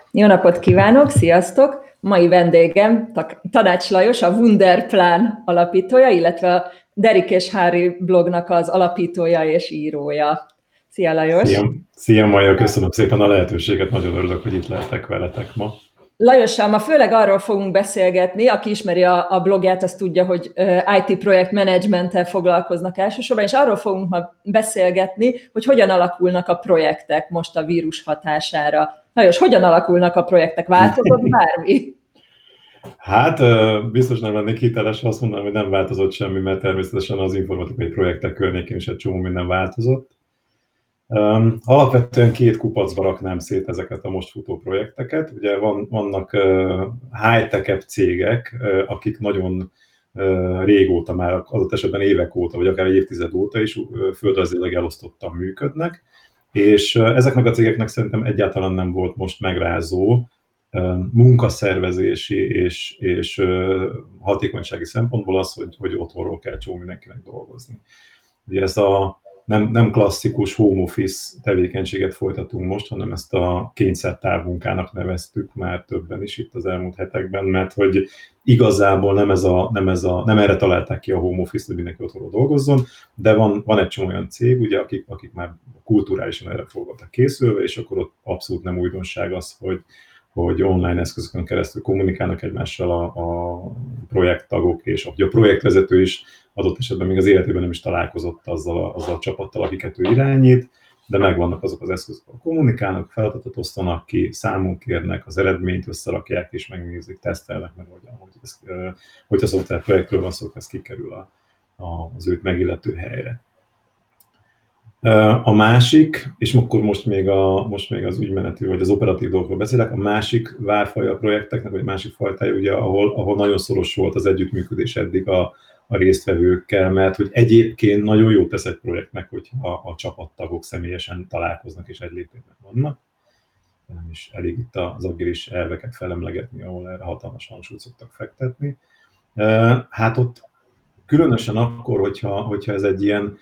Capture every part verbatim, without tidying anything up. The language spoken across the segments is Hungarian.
Jó napot kívánok, sziasztok! Mai vendégem Tanács Lajos, a Wunderplan alapítója, illetve a Derek és Harry blognak az alapítója és írója. Szia Lajos! Szia, Szia Maja, köszönöm szépen a lehetőséget, nagyon örülök, hogy itt lehetek veletek ma. Lajossal ma főleg arról fogunk beszélgetni, aki ismeri a, a blogját, az tudja, hogy i té projektmenedzsmenttel foglalkoznak elsősorban, és arról fogunk ma beszélgetni, hogy hogyan alakulnak a projektek most a vírus hatására. Lajos, hogyan alakulnak a projektek? Változott bármi? Hát biztos nem lennék hiteles, azt mondanám, hogy nem változott semmi, mert természetesen az informatikai projektek környékén is egy csomó minden változott. Um, alapvetően két kupacba raknám szét ezeket a most futó projekteket. Ugye van, vannak uh, high-tech cégek, uh, akik nagyon uh, régóta már, adott esetben évek óta, vagy akár egy évtized óta is uh, földrajzilag elosztottan működnek, és uh, ezeknek a cégeknek szerintem egyáltalán nem volt most megrázó uh, munkaszervezési és, és uh, hatékonysági szempontból az, hogy, hogy otthonról kell csomó mindenkinek dolgozni. Ugye ez a Nem, nem klasszikus home office tevékenységet folytatunk most, hanem ezt a kényszertávmunkának neveztük már többen is itt az elmúlt hetekben, mert hogy igazából nem, ez a, nem, ez a, nem erre találták ki a home office, hogy mindenki otthonról dolgozzon, de van, van egy csomó olyan cég, ugye, akik, akik már kulturálisan erre voltak készülve, és akkor ott abszolút nem újdonság az, hogy, hogy online eszközökön keresztül kommunikálnak egymással a, a projekttagok, és a projektvezető is adott esetben még az életében nem is találkozott azzal a, azzal a csapattal, akiket ő irányít, de megvannak azok az eszközök, ahol kommunikálnak, feladatot osztanak ki, számon kérnek, az eredményt összerakják és megnézik, tesztelnek meg, hogy, hogy ez, hogyha szoftver projektről van szó, ez kikerül a, a, az őt megillető helyre. A másik, és akkor most még, a, most még az ügymenetű vagy az operatív dolgokról beszélek, a másik várfaja a projekteknek, vagy másik fajtája, ugye, ahol, ahol nagyon szoros volt az együttműködés eddig a, a résztvevőkkel, mert hogy egyébként nagyon jó tesz egy projektnek, hogyha a csapattagok személyesen találkoznak és egy lépésben vannak. Nem is elég itt az agilis elveket felemlegetni, ahol erre hatalmas hangsúlyt szoktak fektetni. Hát ott különösen akkor, hogyha, hogyha ez egy ilyen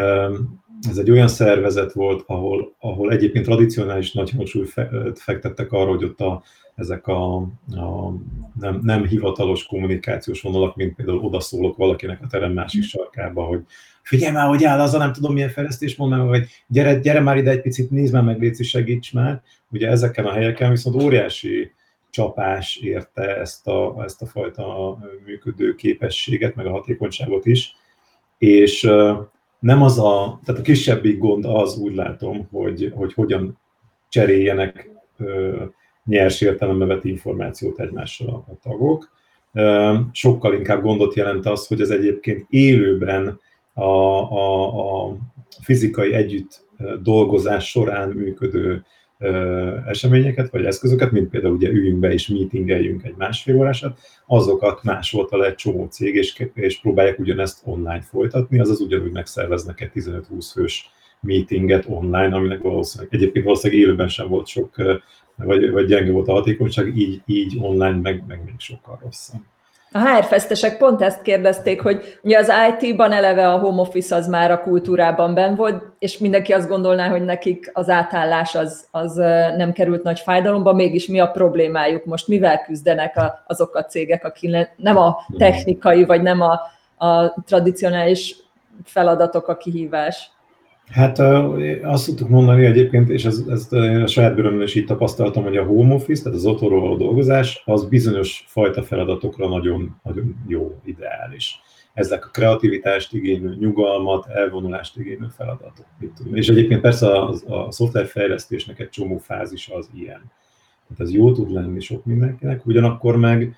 ez egy olyan szervezet volt, ahol, ahol egyébként tradicionális nagy hangsúlyt fektettek arra, hogy ott a, ezek a, a nem, nem hivatalos kommunikációs vonalak, mint például odaszólok valakinek a terem másik sarkába, hogy figyelj már, hogy áll az a nem tudom milyen fejlesztés, mondd meg, vagy gyere, gyere már ide egy picit, nézd már meg, légy, segíts már. Ugye ezeken a helyeken viszont óriási csapás érte ezt a, ezt a fajta működő képességet, meg a hatékonyságot is, és nem az a, tehát a kisebbik gond az, úgy látom, hogy, hogy hogyan cseréljenek ö, nyers értelembe vett információt egymással a, a tagok. Ö, sokkal inkább gondot jelent az, hogy ez egyébként élőben a, a, a fizikai együtt dolgozás során működő ö, eseményeket vagy eszközöket, mint például ugye üljünk be és meetingeljünk egy másfél órásat, azokat másolta le egy csomó cég, és, és próbálják ugyanezt online folytatni, azaz ugyanúgy megszerveznek egy tizenöt-húsz fős meetinget online, aminek valószínűleg, egyébként valószínűleg élőben sem volt sok, vagy, vagy gyenge volt a hatékonyság, így, így online meg, meg még sokkal rosszabb. A há er fesztesek pont ezt kérdezték, hogy ugye az i té-ban eleve a home office az már a kultúrában benn volt, és mindenki azt gondolná, hogy nekik az átállás az, az nem került nagy fájdalomba, mégis mi a problémájuk most, mivel küzdenek a, azok a cégek, akik nem a technikai, vagy nem a, a tradicionális feladatok a kihívás? Hát azt tudtuk mondani egyébként, és ezt, ezt a saját bőrömön is így tapasztaltam, hogy a home office, tehát az otthonról való dolgozás, az bizonyos fajta feladatokra nagyon, nagyon jó, ideális. Ezek a kreativitást igénylő, nyugalmat, elvonulást igénylő feladatok. És egyébként persze a, a szoftverfejlesztésnek egy csomó fázis az ilyen. Tehát ez jó tud lenni sok mindenkinek, ugyanakkor meg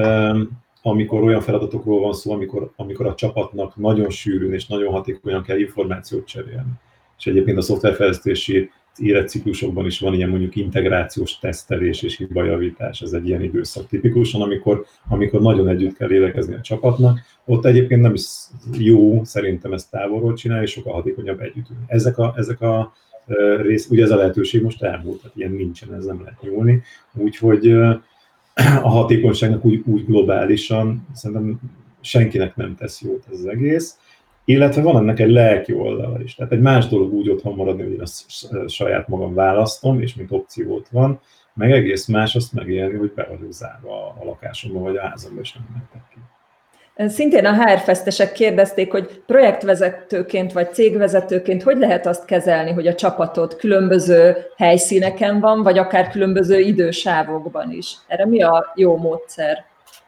amikor olyan feladatokról van szó, amikor, amikor a csapatnak nagyon sűrűn és nagyon hatékonyan kell információt cserélni. És egyébként a szoftverfejlesztési életciklusokban is van ilyen mondjuk integrációs tesztelés és hibajavítás, ez egy ilyen időszak tipikusan, amikor, amikor nagyon együtt kell lélekezni a csapatnak. Ott egyébként nem is jó szerintem ezt távolról csinálni, és sokkal hatékonyabb együtt. Ezek a, ezek a rész, ugye ez a lehetőség most elmúlt, tehát ilyen nincsen, ez nem lehet nyúlni. Úgyhogy a hatékonyságnak úgy, úgy globálisan szerintem senkinek nem tesz jót ez az egész, illetve van ennek egy lelki oldala is. Tehát egy más dolog úgy otthon maradni, hogy én azt saját magam választom, és mint opció ott van. meg egész más azt megélni, hogy be vagyok zárva a lakásomban, vagy a házamban, és nem mentek ki. Szintén a há er fesztesek kérdezték, hogy projektvezetőként vagy cégvezetőként hogy lehet azt kezelni, hogy a csapatod különböző helyszíneken van, vagy akár különböző idősávokban is. Erre mi a jó módszer?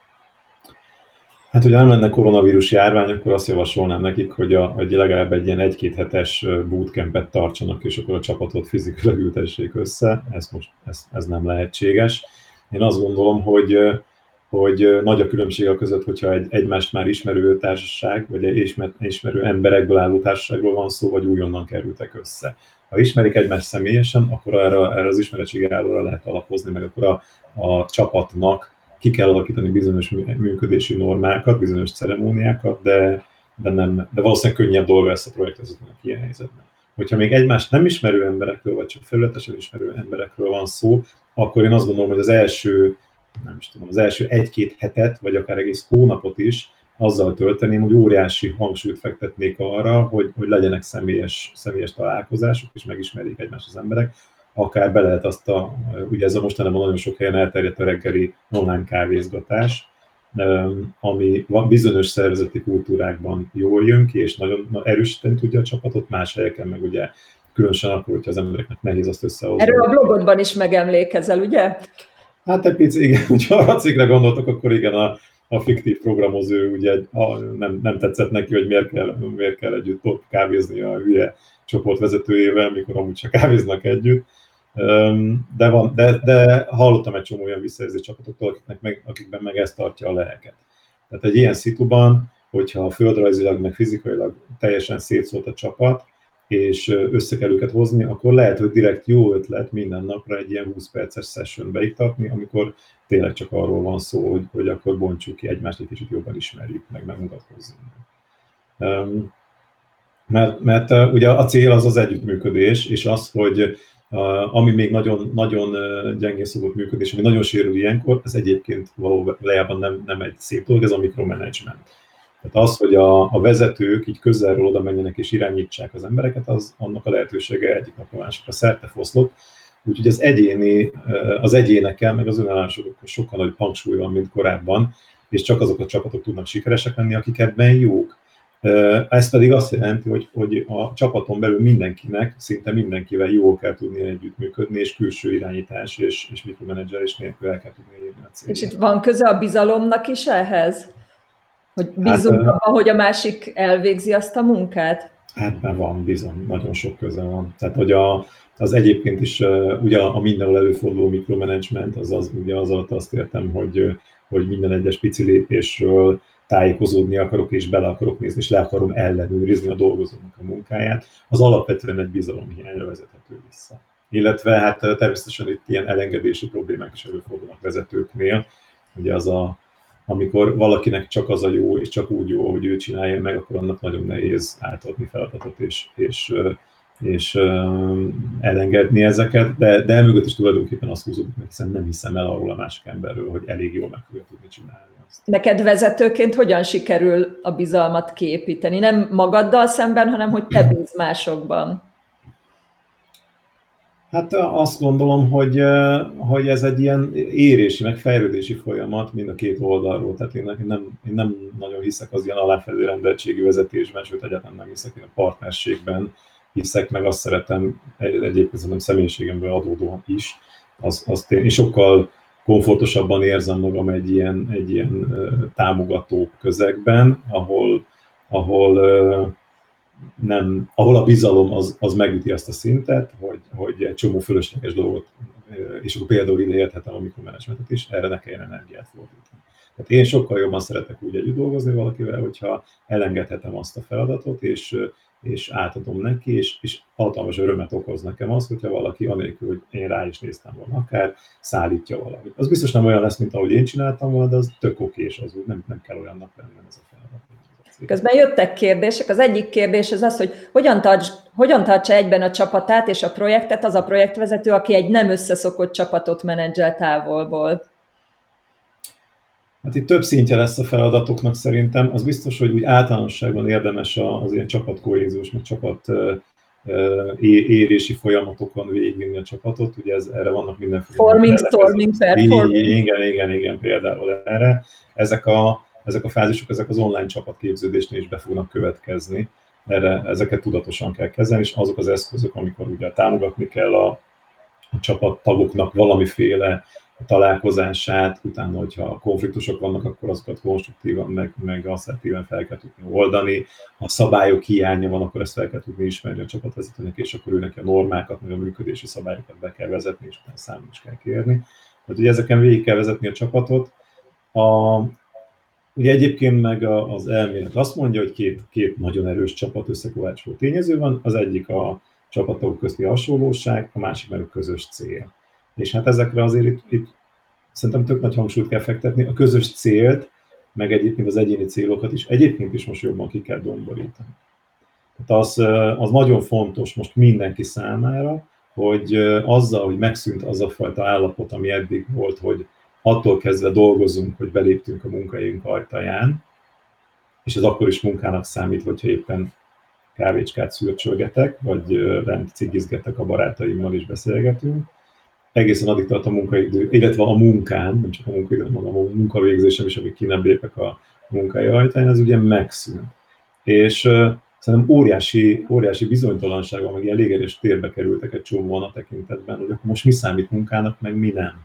Hát, hogyha nem lenne koronavírus járvány, akkor azt javasolnám nekik, hogy, a, hogy legalább egy ilyen egy-két hetes bootcampet tartsanak, és akkor a csapatot fizikailag ültessék össze. Ez most ez, ez nem lehetséges. Én azt gondolom, hogy, hogy nagy a különbség a között, hogyha egy egymást már ismerő társaság, vagy egy ismerő emberekből álló társaságról van szó, vagy újonnan kerültek össze. Ha ismerik egymást személyesen, akkor erre, erre az ismeretségi állóra lehet alapozni, meg akkor a, a csapatnak ki kell alakítani bizonyos működési normákat, bizonyos ceremóniákat, de, de, nem, de valószínűleg könnyebb dolga ezt a projektvezetőnek ilyen helyzetben. Hogyha még egymást nem ismerő emberekről, vagy csak felületesen ismerő emberekről van szó, akkor én azt gondolom, hogy az első, nem is tudom, az első egy-két hetet, vagy akár egész hónapot is azzal tölteném, hogy óriási hangsúlyt fektetnék arra, hogy, hogy legyenek személyes, személyes találkozások, és megismerjék egymást az emberek. Akár be lehet azt a, ugye ez a mostanában nagyon sok helyen elterjedt a reggeli online kávézgatás, ami bizonyos szervezeti kultúrákban jól jön ki, és nagyon erősíteni tudja a csapatot, más helyeken meg ugye különösen akkor, hogyha az embereknek nehéz azt összehozni. Erről a blogodban is megemlékezel, ugye? Hát egy pici, igen, hogyha a cikkre gondoltok, akkor igen, a, a fiktív programozó ugye a, nem, nem tetszett neki, hogy miért kell, miért kell együtt ott kávézni a hülye csoportvezetőjével, mikor amúgy csak kávéznak együtt. De, van, de, de hallottam egy csomó olyan visszajelző csapatoktól, akiknek meg, akikben meg ezt tartja a lelket. Tehát egy ilyen szituban, hogyha földrajzilag, meg fizikailag teljesen szétszólt a csapat, és össze kell őket hozni, akkor lehet, hogy direkt jó ötlet minden napra egy ilyen húsz perces session beiktatni, amikor tényleg csak arról van szó, hogy, hogy akkor bontsuk ki egymást, egy kicsit jobban ismerjük, meg megmutatkozzunk. Um, mert, mert uh, ugye a cél az az együttműködés, és az, hogy uh, ami még nagyon, nagyon uh, gyengén szokott működés, ami nagyon sérül ilyenkor, ez egyébként valójában nem, nem egy szép dolog, ez a mikromanagement. Tehát az, hogy a, a vezetők így közelről oda menjenek és irányítsák az embereket, az annak a lehetősége egyik napra másikra szerte foszlott. Úgyhogy az egyéni, az egyénekkel, meg az önállásokon sokkal nagyobb hangsúly van, mint korábban, és csak azok a csapatok tudnak sikeresek lenni, akik ebben jók. Ez pedig azt jelenti, hogy, hogy a csapaton belül mindenkinek, szinte mindenkivel jól kell tudni együttműködni, és külső irányítás és, és mikromenedzselés nélkül el kell tudni érni a célt. És itt van köze a bizalomnak is ehhez? Hogy bízunk hát, abban, hogy a másik elvégzi azt a munkát? Hát már van, bizony, nagyon sok köze van. Tehát, hogy a, az egyébként is, ugye a mindenhol előforduló mikromanagement, az, az ugye az alatt azt értem, hogy, hogy minden egyes pici lépésről tájékozódni akarok, és bele akarok nézni, és le akarom ellenőrizni a dolgozónak a munkáját, az alapvetően egy bizalomhiányra vezethető vissza. Illetve hát természetesen itt ilyen elengedési problémák is előfordulnak vezetőknél, ugye az a amikor valakinek csak az a jó, és csak úgy jó, hogy ő csinálja meg, akkor annak nagyon nehéz átadni feladatot, és, és, és elengedni ezeket, de, de emögött is tulajdonképpen azt húzódik, hiszen nem hiszem el arról a másik emberről, hogy elég jól meg fogja tudni csinálni azt. Neked vezetőként hogyan sikerül a bizalmat kiépíteni? Nem magaddal szemben, hanem hogy te bízz másokban? Hát azt gondolom, hogy, hogy ez egy ilyen érési, meg fejlődési folyamat mind a két oldalról. Tehát én nem, én nem nagyon hiszek az ilyen aláfedő rendeltségű vezetésben, sőt egyáltalán nem hiszek én a partnerségben, hiszek, meg azt szeretem egyébként szerintem személyiségemből adódóan is. Az, azt én, én sokkal komfortosabban érzem magam egy ilyen, egy ilyen támogató közegben, ahol, ahol nem, ahol a bizalom az, az megüti azt a szintet, hogy, hogy egy csomó fölösleges dolgot, és akkor például ide érthetem a mikromanagementet is, erre ne kelljen energiát fordítani. Tehát én sokkal jobban szeretek úgy együtt dolgozni valakivel, hogyha elengedhetem azt a feladatot, és, és átadom neki, és, és hatalmas örömet okoz nekem az, hogyha valaki anélkül, hogy én rá is néztem volna, akár szállítja valamit. Az biztos nem olyan lesz, mint ahogy én csináltam volna, de az tök okés, az úgy nem, nem kell olyannak lenni ez a feladat. Közben jöttek kérdések. Az egyik kérdés az az, hogy hogyan, tarts, hogyan tartsa egyben a csapatát és a projektet az a projektvezető, aki egy nem összeszokott csapatot menedzsel távolból. Hát itt több szintje lesz a feladatoknak szerintem. Az biztos, hogy úgy általánosságban érdemes az ilyen csapatkohéziós, meg csapat érési folyamatokon végigvinni a csapatot, ugye ez, erre vannak mindenféle... Forming, storming, performing. Igen, igen, igen, például erre. Ezek a, ezek a fázisok, ezek az online csapatképződésnél is be fognak következni. Erre, ezeket tudatosan kell kezelni, és azok az eszközök, amikor ugye támogatni kell a, a csapattagoknak valamiféle találkozását, utána, hogyha konfliktusok vannak, akkor azokat konstruktívan, meg, meg asszertíven fel kell tudni oldani. Ha szabályok hiánya van, akkor ezt fel kell tudni ismerni a csapatvezetőnek, és akkor őnek a normákat, meg a működési szabályokat be kell vezetni, és utána számon is kell kérni. Tehát ugye ezeken végig kell vezetni a csapatot. A, ugye egyébként meg az elmélet azt mondja, hogy két, két nagyon erős csapat összekovácsoló tényező van, az egyik a csapatok közti hasonlóság, a másik meg a közös cél. És hát ezekre azért itt, itt szerintem tök nagy hangsúlyt kell fektetni, a közös célt, meg egyébként az egyéni célokat is egyébként is most jobban ki kell domborítani. Tehát az, az nagyon fontos most mindenki számára, hogy azzal, hogy megszűnt az a fajta állapot, ami eddig volt, hogy attól kezdve dolgozunk, hogy beléptünk a munkahelyünk ajtaján, és ez akkor is munkának számít, hogyha éppen kávécskát szürcsölgetek, vagy rend cigizgetek a barátaimmal és beszélgetünk. Egészen addig tart a munkaidő, illetve a munkán, nem csak a munkaidő, hanem a munkavégzésem is, amíg ki nem lépek a munkahely ajtaján, ez ugye megszűnt. És uh, szerintem óriási, óriási bizonytalanságban, meg ilyen légerés térbe kerültek egy csomóan a tekintetben, hogy akkor most mi számít munkának, meg mi nem.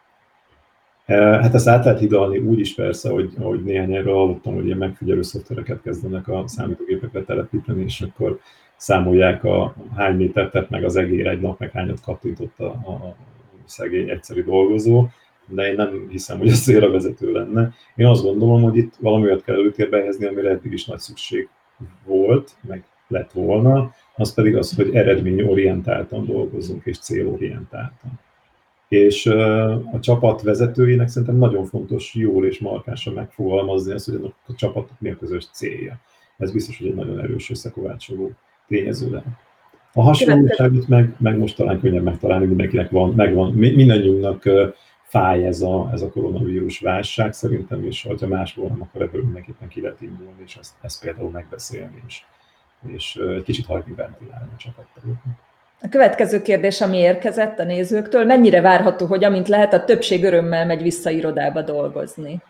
Hát ezt át lehet hidalni úgy is persze, hogy, hogy néhány erről hallottam, hogy ilyen megfigyelő szoftvereket kezdenek a számítógépekre telepíteni, és akkor számolják a hány métert tett meg az egér egy nap, meg hányat kattintott a, a szegény egyszerű dolgozó, de én nem hiszem, hogy ez célra vezető lenne. Én azt gondolom, hogy itt valami olyat kell előtérbe helyezni, amire eddig is nagy szükség volt, meg lett volna, az pedig az, hogy eredményorientáltan dolgozzunk és célorientáltan. És a csapat vezetőjének szerintem nagyon fontos jól és markánsan megfogalmazni azt, hogy a csapatnak mi a közös célja. Ez biztos, hogy egy nagyon erős összekovácsoló tényező lehet. A hasonlóságot meg, meg most talán könnyebb megtalálni, mindenkinek van, megvan, mindannyiunknak fáj ez a, ez a koronavírus válság szerintem, és ha más volna, akkor ebből mindenképpen ki lehet indulni, és ezt, ezt például megbeszélni, és, és egy kicsit hagyni ventilálni a csapattagoknak. A következő kérdés, ami érkezett a nézőktől, mennyire várható, hogy amint lehet, a többség örömmel megy vissza irodába dolgozni?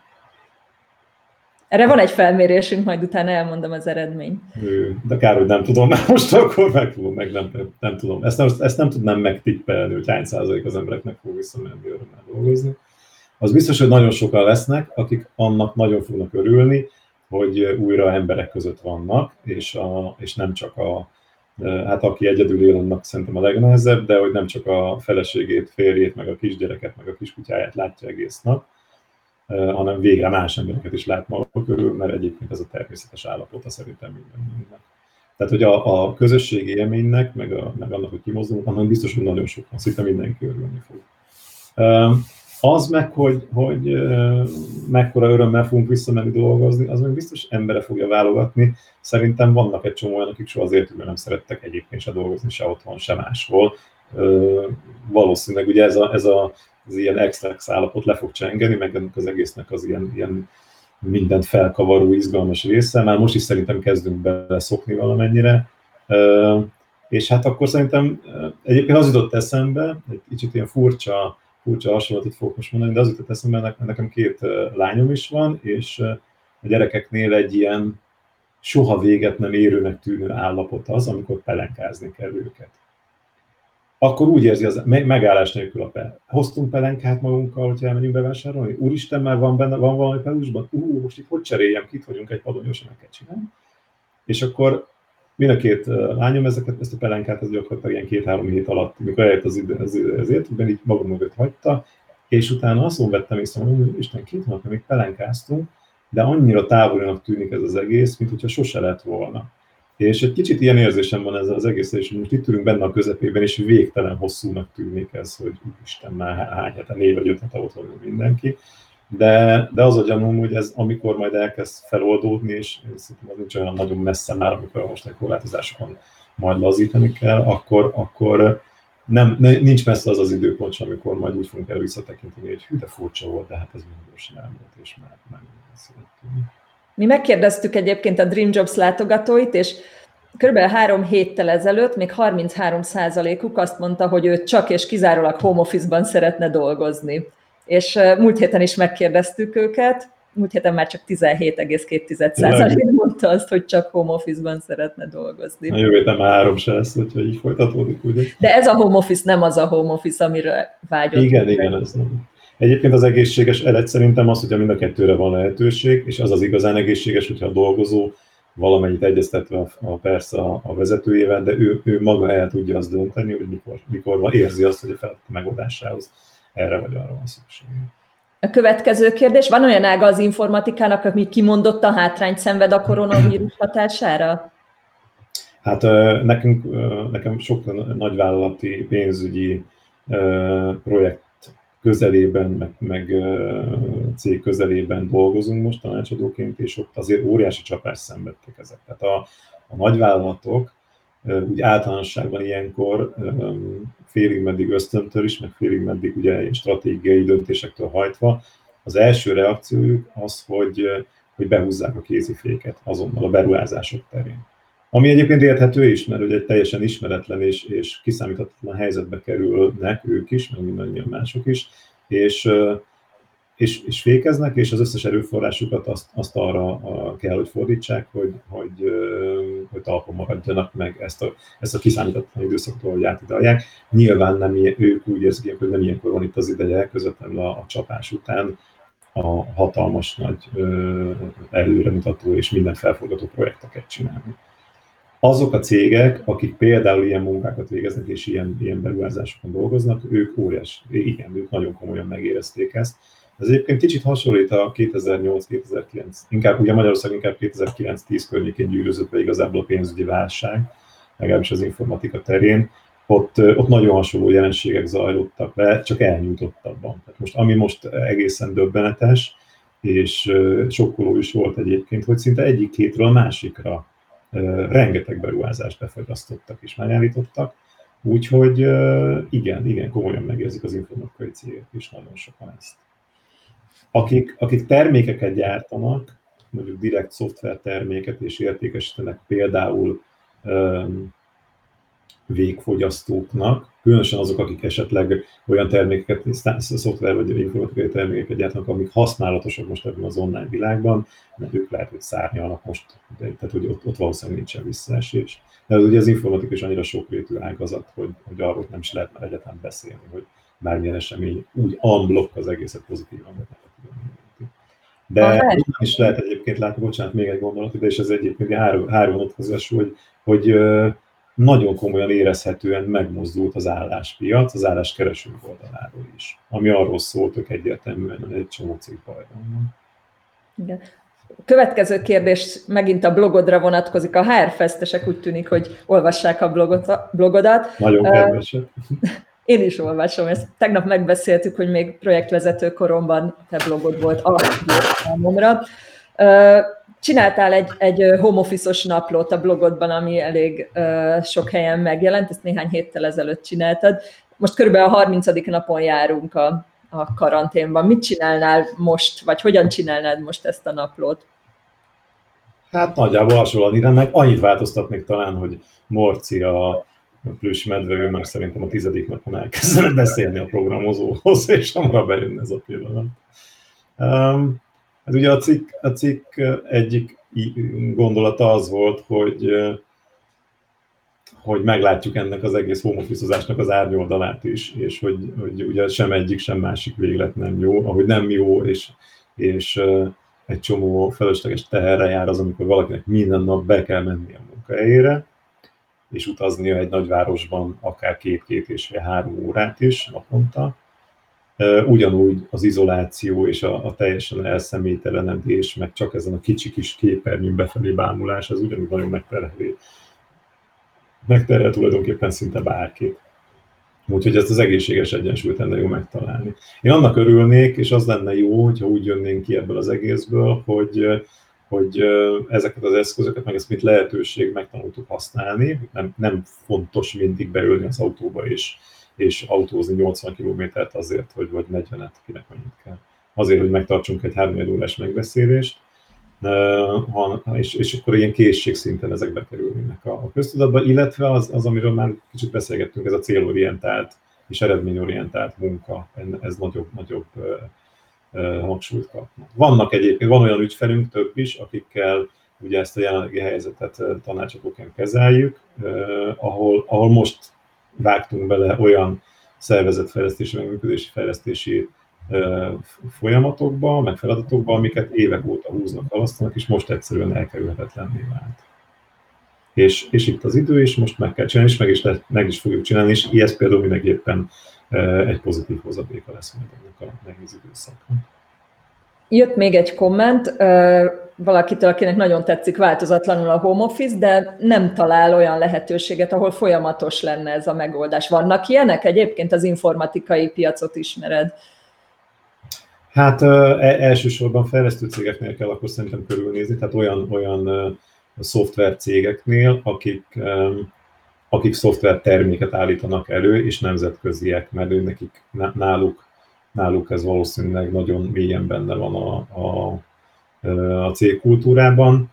Erre van egy felmérésünk, majd utána elmondom az eredményt. De kár, hogy nem tudom, mert most akkor megfogom, meg nem, nem tudom. Ezt nem, ezt nem tudnám megtippelni, hogy hány százalék az embereknek fog visszamenni örömmel dolgozni. Az biztos, hogy nagyon sokan lesznek, akik annak nagyon fognak örülni, hogy újra emberek között vannak, és, a, és nem csak a hát aki egyedül él, annak szerintem a legnehezebb, de hogy nem csak a feleségét, férjét, meg a kisgyereket, meg a kiskutyáját látja egész nap, hanem végre más embereket is lát maga körül, mert egyébként ez a természetes állapota szerintem mindenkinek. Tehát, hogy a, a közösségi élménynek, meg, a, meg annak, hogy kimozdulunk, annak biztos, hogy nagyon sokan, szinte mindenki örülni fog. Az meg, hogy, hogy mekkora örömmel fogunk visszamenni dolgozni, az meg biztos embere fogja válogatni. Szerintem vannak egy csomó olyan, akik soha az életükben nem szerettek egyébként se dolgozni, se otthon, se máshol. Valószínűleg ugye ez, a, ez a, az ilyen extra állapot le fog csengeni, meg ennek az egésznek az ilyen, ilyen mindent felkavaró, izgalmas része. Már most is szerintem kezdünk beleszokni valamennyire. És hát akkor szerintem egyébként az jutott eszembe, egy kicsit ilyen furcsa, furcsa hasonlatot fogok most mondani, de az jutott eszembe, nekem két lányom is van, és a gyerekeknél egy ilyen soha véget nem érőnek tűnő állapot az, amikor pelenkázni kell őket. Akkor úgy érzi az megállás nélkül a pel. Hoztunk pelenkát magunkkal, hogyha elmenjünk bevásárolni? Úristen, már van benne, van valami pelusban? Ú, most itt hogy cseréljem, kit vagyunk egy padon, gyorsan meg kell csinálni. És akkor mind a két lányom ezeket, ezt a pelenkát az gyakorlatilag ilyen két-három hét alatt, mikor eljött az idő, az, az életükben, így magam mögött hagyta, és utána azt vettem észre, hogy Isten, két hónapja még pelenkáztunk, de annyira távolinak tűnik ez az egész, mint hogyha sose lett volna. És egy kicsit ilyen érzésem van ezzel az egész, és most itt ülünk benne a közepében, és végtelen hosszúnak tűnik ez, hogy Isten, már hány hete, négy vagy öt hete ott van mindenki. De, de az a gyanúm, hogy ez amikor majd elkezd feloldódni, és szerintem az nincs olyan nagyon messze már, amikor most egy korlátozásokon majd lazítani kell, akkor, akkor nem, nincs messze az az időpont, amikor majd úgy fogunk el visszatekinteni, hogy hű, de furcsa volt, de hát ez mindössze nem volt, és már nem beszéltünk. Mi megkérdeztük egyébként a Dream Jobs látogatóit, és körülbelül három héttel ezelőtt még harminchárom százalékuk azt mondta, hogy ő csak és kizárólag home office-ban szeretne dolgozni. És múlt héten is megkérdeztük őket, múlt héten már csak tizenhét egész két százalék mondta azt, hogy csak home office-ban szeretne dolgozni. A jövő héten már három se lesz, hogyha így folytatódik, ugye? De ez a home office nem az a home office, amire vágyott. Igen, igen, ez nem. Egyébként az egészséges elet szerintem az, hogyha mind a kettőre van lehetőség, és az az igazán egészséges, hogyha a dolgozó valamennyit egyeztetve a, a persze a, a vezetőjével, de ő, ő maga el tudja azt dönteni, hogy mikor, mikor van, érzi azt, hogy a feladat megoldásához erre vagy arra van szükség. A következő kérdés, van olyan ága az informatikának, ami kimondottan hátrányt szenved a koronavírus hatására? Hát nekünk, nekem sok nagyvállalati pénzügyi projekt közelében, meg, meg cég közelében dolgozunk most tanácsadóként, és ott azért óriási csapást szenvedtek ezek. Tehát a, a nagyvállalatok úgy általánosságban ilyenkor félig meddig ösztöntől is, meg félig meddig ugye stratégiai döntésektől hajtva, az első reakciójuk az, hogy, hogy behúzzák a kéziféket azonnal a beruházások terén. Ami egyébként érthető is, mert ugye egy teljesen ismeretlen és, és kiszámíthatatlan helyzetbe kerülnek ők is, meg mindannyian mások is, és, és, és fékeznek, és az összes erőforrásukat azt, azt arra kell, hogy fordítsák, hogy, hogy, hogy talpon maradjanak, meg ezt a, ezt a kiszámíthatatlan időszaktól, hogy átidalják. Nyilván nem ilyen, ők úgy érzik, hogy nem ilyenkor van itt az ideje, közvetlenül a, a csapás után a hatalmas nagy előremutató és mindent felforgató projekteket csinálni. Azok a cégek, akik például ilyen munkákat végeznek és ilyen, ilyen beruházásokon dolgoznak, ők óriás, igen, ők nagyon komolyan megérezték ezt. Ez egyébként kicsit hasonlít a kétezer-nyolc kétezer-kilenc, inkább ugye Magyarország inkább kétezer-kilenc-tíz környékén gyűrűzött be igazából a pénzügyi válság, legalábbis az informatika terén. Ott, ott nagyon hasonló jelenségek zajlottak le, csak elnyújtottabban. Tehát most, ami most egészen döbbenetes, és sokkoló is volt egyébként, hogy szinte egyik hétről a másikra rengeteg beruházást befagyasztottak és megállítottak, úgyhogy igen, igen, komolyan megérzik az informatikai cégek is nagyon sokan ezt. Akik, akik termékeket gyártanak, mondjuk direkt szoftverterméket és értékesítenek például um, végfogyasztóknak, különösen azok, akik esetleg olyan termékeket, szoftver vagy informatikai termékeket gyártanak, amik használatosak most ebben az online világban, mert ők lehet, hogy szárnyalnak most, de, tehát hogy ott, ott valószínűleg nincsen visszaesés. De az, ugye az informatika is annyira sokrétű ágazat, hogy, hogy arról nem is lehet már egyáltalán beszélni, hogy bármilyen esemény úgy unblock az egészet pozitívan. De onnan is lehet egyébként látni, bocsánat, még egy gondolat, de és ez egyébként három vonatkozású, hogy, hogy nagyon komolyan érezhetően megmozdult az álláspiac, az álláskeresők oldaláról is, ami arról szólt, hogy egyértelműen, hogy egy csomó cég bajban van. Igen. A következő kérdés megint a blogodra vonatkozik. A há er fesztesek úgy tűnik, hogy olvassák a blogot, blogodat. Nagyon kedvesek. Én is olvasom, ezt tegnap megbeszéltük, hogy még projektvezető koromban te blogod volt a számomra. Csináltál egy, egy home office-os naplót a blogodban, ami elég uh, sok helyen megjelent, ezt néhány héttel ezelőtt csináltad. Most körülbelül a harmincadik napon járunk a, a karanténban. Mit csinálnál most, vagy hogyan csinálnád most ezt a naplót? Hát nagyjából hasonlóan, meg annyit változtatnék talán, hogy Morci a plüss medve, ő már szerintem a tizedik napon elkezdene beszélni a programozóhoz, és hamarabb bejönne ez a pillanat. Um, Hát ugye a cikk, a cikk egyik gondolata az volt, hogy, hogy meglátjuk ennek az egész home office-ozásnak az árnyoldalát is, és hogy, hogy ugye sem egyik, sem másik véglet nem jó, ahogy nem jó, és, és egy csomó felesleges teherre jár az, amikor valakinek minden nap be kell menni a munkahelyére, és utaznia egy nagyvárosban akár két-két és fél három órát is naponta. Ugyanúgy az izoláció és a, a teljesen elszemélytelenedés, meg csak ezen a kicsi kis képernyőn befelé bámulás, az ugyanúgy nagyon megterheli. Megterhel tulajdonképpen szinte bárkit. Úgyhogy ezt az egészséges egyensúlyt lenne jó megtalálni. Én annak örülnék, és az lenne jó, hogyha úgy jönnénk ki ebből az egészből, hogy, hogy ezeket az eszközöket, meg ezt mint lehetőség megtanultuk használni. Nem, nem fontos mindig beülni az autóba és és autózni nyolcvan kilométert azért, hogy vagy negyvenet, kinek mennyit kell. Azért, hogy megtartsunk egy három órás megbeszélést, és, és akkor ilyen készségszinten ezek bekerülnek a, a köztudatba, illetve az, az, amiről már kicsit beszélgettünk, ez a célorientált és eredményorientált munka, ez nagyobb, nagyobb hangsúlyt kap. Vannak egyébként, van olyan ügyfelünk, több is, akikkel ugye ezt a jelenlegi helyzetet tanácsadóként kezeljük, ahol, ahol most vágtunk bele olyan szervezetfejlesztési, meg működési fejlesztési folyamatokba, meg feladatokba, amiket évek óta húznak, halasztanak, és most egyszerűen elkerülhetetlenné vált. És, és itt az idő, és most meg kell csinálni, és meg is, meg is fogjuk csinálni, és ez például mindenképpen egy pozitív hozadéka lesz majd ennek a nehéz időszaknak. Jött még egy komment valakitől, akinek nagyon tetszik változatlanul a home office, de nem talál olyan lehetőséget, ahol folyamatos lenne ez a megoldás. Vannak ilyenek? Egyébként az informatikai piacot ismered. Hát elsősorban fejlesztő cégeknél kell akkor szerintem körülnézni, tehát olyan, olyan szoftver cégeknél, akik, akik szoftver terméket állítanak elő, és nemzetköziek, mert ő nekik, náluk, náluk ez valószínűleg nagyon mélyen benne van a, a, a cégkultúrában.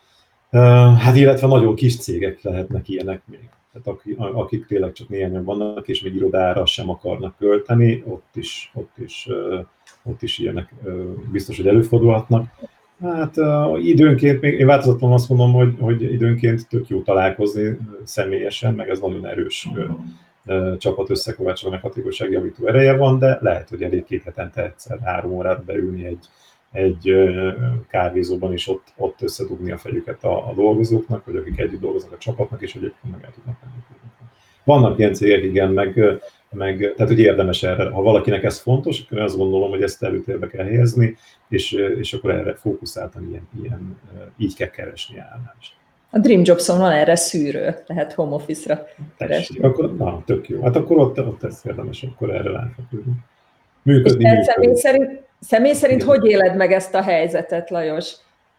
Hát illetve nagyon kis cégek lehetnek ilyenek még. Tehát akik tényleg csak néhányan vannak, és még irodára sem akarnak költeni, ott is, ott is, ott is ilyenek biztos, hogy előfordulhatnak. Hát időnként, még én változatlanul azt mondom, hogy, hogy időnként tök jó találkozni személyesen, meg ez nagyon erős csapat összekovácsoló, meg hatékonyságjavító ereje van, de lehet, hogy elég két hetente egyszer három órát beülni egy, egy kávézóban, és ott, ott összedugni a fejüket a, a dolgozóknak, vagy akik együtt dolgoznak a csapatnak, és egyébként meg el tudnak menni. Vannak ilyen cégek, igen, meg, meg tehát hogy érdemes erre, ha valakinek ez fontos, akkor azt gondolom, hogy ezt előtérbe kell helyezni, és, és akkor erre fókuszáltan ilyen, ilyen, így kell keresni állást. A Dream Jobson van erre szűrő, lehet home office-ra keresni. Akkor, na, tök jó. Hát akkor ott, ott ez érdemes, akkor erre ráfeküdni. Működni, működni. Személy szerint, személy szerint hogy éled meg ezt a helyzetet, Lajos?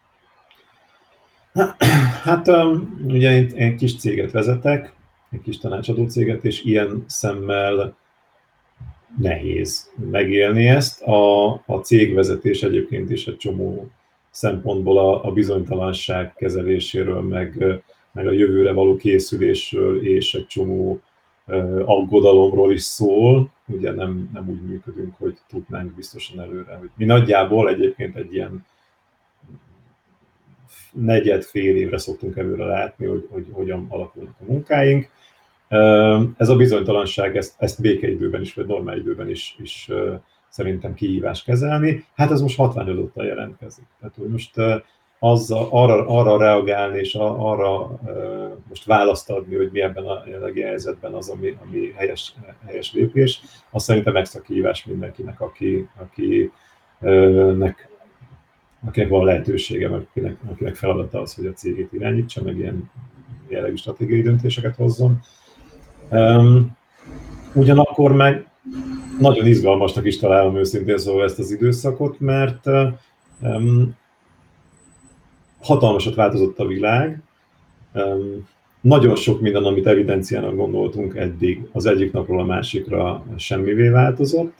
Hát ugye én, én kis céget vezetek, egy kis tanácsadó céget, és ilyen szemmel nehéz megélni ezt. A, a cégvezetés egyébként is egy csomó szempontból a, a bizonytalanság kezeléséről, meg, meg a jövőre való készülésről és egy csomó uh, aggodalomról is szól. Ugye nem, nem úgy működünk, hogy tudnánk biztosan előre. Hogy mi nagyjából egyébként egy ilyen negyed fél évre szoktunk előre látni, hogy, hogy hogyan alakulnak a munkáink. Ez a bizonytalanság, ezt, ezt békeidőben is, vagy normál időben is, is szerintem kihívás kezelni. Hát ez most hatványozottan jelentkezik. Tehát, hogy most az, arra, arra reagálni, és arra most választ adni, hogy mi ebben a jelenlegi helyzetben az, ami, ami helyes, helyes lépés, az szerintem extra kihívás mindenkinek, aki, akinek, akinek van lehetősége, meg akinek, akinek feladata az, hogy a cégét irányítsa, meg ilyen jellegű stratégiai döntéseket hozzon. Um, ugyanakkor meg nagyon izgalmasnak is találom őszintén szóval ezt az időszakot, mert um, hatalmasat változott a világ, um, nagyon sok minden, amit evidenciának gondoltunk eddig, az egyik napról a másikra semmivé változott,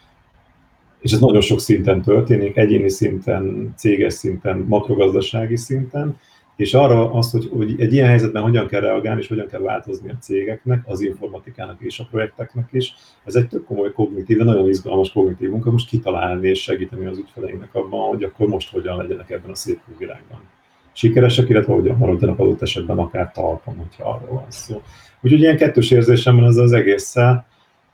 és ez nagyon sok szinten történik, egyéni szinten, céges szinten, makrogazdasági szinten, és arra azt, hogy, hogy egy ilyen helyzetben hogyan kell reagálni, és hogyan kell változni a cégeknek, az informatikának és a projekteknek is. Ez egy tök komoly kognitív, de nagyon izgalmas kognitív munka, most kitalálni és segíteni az ügyfeleinknek abban, hogy akkor most hogyan legyenek ebben a szép világban sikeresek, illetve hogyan maradjanak adott esetben akár talpon, hogyha arról van szó. Úgyhogy ilyen kettős érzésem van ezzel az egésszel,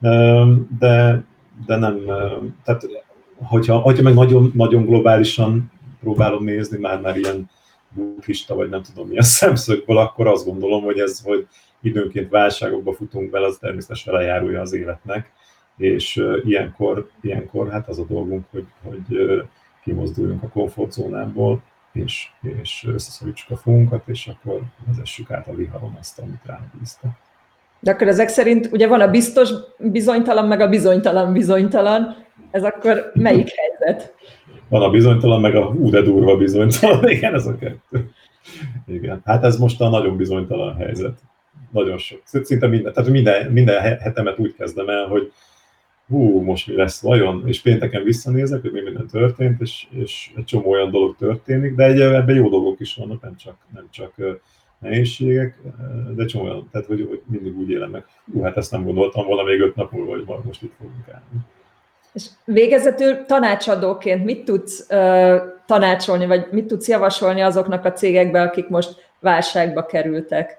de, de nem, tehát hogyha, hogyha meg nagyon, nagyon globálisan próbálom nézni, már, már ilyen buddhista, vagy nem tudom milyen szemszögből, akkor azt gondolom, hogy ez, hogy időnként válságokba futunk bele, az természetesen lejárulja az életnek, és uh, ilyenkor, ilyenkor hát az a dolgunk, hogy, hogy uh, kimozduljunk a komfortzónából, és, és összeszorítsuk a fogunkat, és akkor vezessük át a viharon azt, amit ránk bíztak. De akkor ezek szerint ugye van a biztos bizonytalan, meg a bizonytalan bizonytalan, ez akkor melyik helyzet? Van a bizonytalan, meg a hú de durva bizonytalan, igen, ez a kettő. Igen, hát ez most a nagyon bizonytalan helyzet. Nagyon sok. Szinte minden, tehát minden, minden hetemet úgy kezdem el, hogy hú, most mi lesz vajon? És pénteken visszanézek, hogy mi minden történt, és, és egy csomó olyan dolog történik, de egy, ebben jó dolgok is vannak, nem csak, nem csak nehézségek, de csomó olyan, tehát hogy, hogy mindig úgy élem meg, hú, hát ezt nem gondoltam volna még öt nap múlva, hogy majd most itt fogunk állni. És végezetül tanácsadóként mit tudsz uh, tanácsolni, vagy mit tudsz javasolni azoknak a cégekbe, akik most válságba kerültek?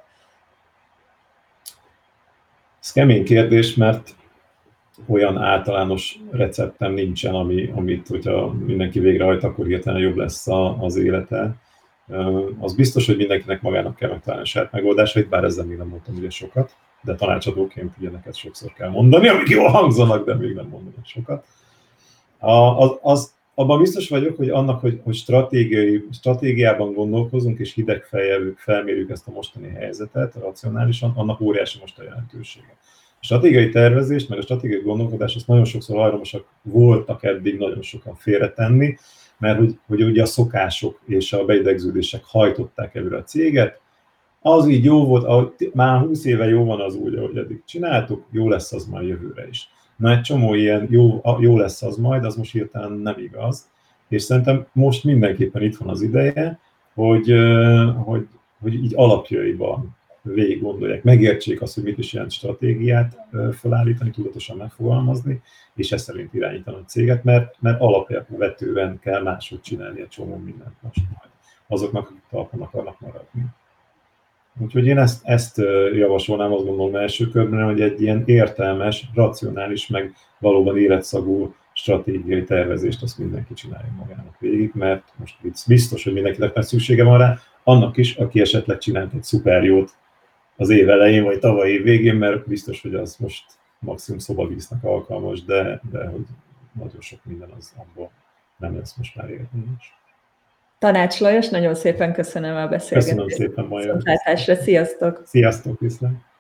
Ez kemény kérdés, mert olyan általános receptem nincsen, ami, amit, hogyha mindenki végrehajt, akkor hirtelen jobb lesz a, az élete. Az biztos, hogy mindenkinek magának kell megtalálni a saját megoldásait, bár ezzel még nem mondtam ugye sokat, de tanácsadóként ilyeneket sokszor kell mondani, amik jól hangzanak, de még nem mondanak sokat. A, az, az, abban biztos vagyok, hogy annak, hogy, hogy stratégiai, stratégiában gondolkozunk, és hideg fejjel felmérjük ezt a mostani helyzetet racionálisan, annak óriási most a jelentősége. A stratégiai tervezést, meg a stratégiai gondolkodás, azt nagyon sokszor hajlamosak voltak eddig nagyon sokan félretenni, mert hogy, hogy ugye a szokások és a beidegződések hajtották előre a céget, az így jó volt, ahogy már húsz éve jó van az úgy, ahogy eddig csináltuk, jó lesz az majd jövőre is. Na egy csomó ilyen jó, jó lesz az majd, az most hirtelen nem igaz, és szerintem most mindenképpen itt van az ideje, hogy, hogy, hogy így alapjaiban végig gondolják, megértsék azt, hogy mit is jelent stratégiát felállítani, tudatosan megfogalmazni, és ezt szerint irányítani a céget, mert, mert alapvetően kell máshogy csinálni egy csomó mindent most majd azoknak, akik talpon akarnak maradni. Úgyhogy én ezt, ezt javasolnám, azt gondolom első körben, hogy egy ilyen értelmes, racionális, meg valóban életszagú stratégiai tervezést azt mindenki csinálja magának végig, mert most biztos, hogy mindenkinek nagy szüksége van rá, annak is, aki esetleg csinált egy szuper jót az év elején, vagy tavaly év végén, mert biztos, hogy az most maximum szobavíznek alkalmas, de, de hogy nagyon sok minden az abból nem lesz most már érvényes. Tanács Lajos, nagyon szépen köszönöm a beszélgetést. Köszönöm szépen, Maja. Viszontlátásra, sziasztok! Sziasztok, viszlát!